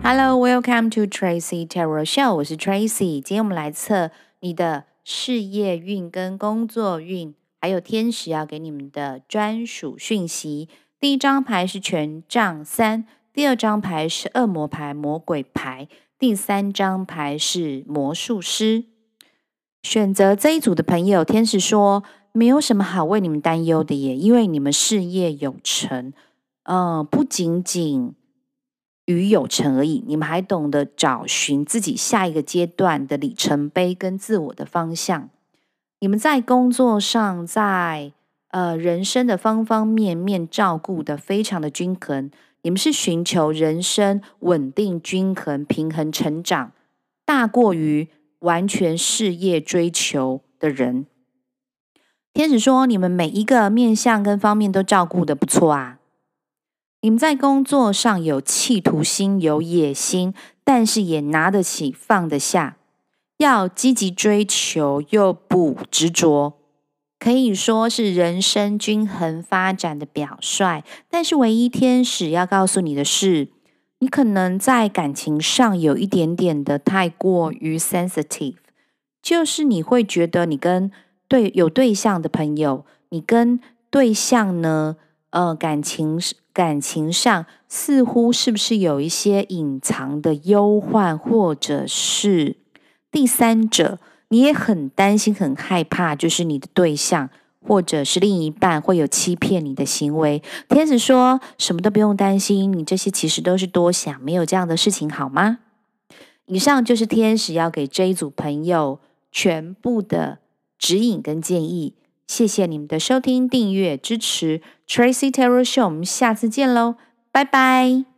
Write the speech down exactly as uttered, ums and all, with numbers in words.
Hello, welcome to Tracy Tarot Show. 我是 Tracy。今天我们来测你的事业运跟工作运，还有天使要给你们的专属讯息。第一张牌是权杖三，第二张牌是恶魔牌、魔鬼牌，第三张牌是魔术师。选择这一组的朋友，天使说没有什么好为你们担忧的耶，因为你们事业有成，呃，不仅仅与有成而已，你们还懂得找寻自己下一个阶段的里程碑跟自我的方向。你们在工作上，在呃人生的方方面面照顾的非常的均衡。你们是寻求人生稳定、均衡、平衡成长，大过于完全事业追求的人。天使说，你们每一个面向跟方面都照顾得不错啊。你们在工作上有企图心、有野心，但是也拿得起、放得下，要积极追求又不执着，可以说是人生均衡发展的表率。但是唯一天使要告诉你的是，你可能在感情上有一点点的太过于 sensitive， 就是你会觉得你跟对有对象的朋友，你跟对象呢，呃，感情感情上似乎是不是有一些隐藏的忧患，或者是第三者，你也很担心、很害怕，就是你的对象或者是另一半会有欺骗你的行为。天使说，什么都不用担心，你这些其实都是多想，没有这样的事情，好吗？以上就是天使要给这一组朋友全部的指引跟建议。谢谢你们的收听、订阅、支持 Tracy Tarot Show， 我们下次见喽，拜拜。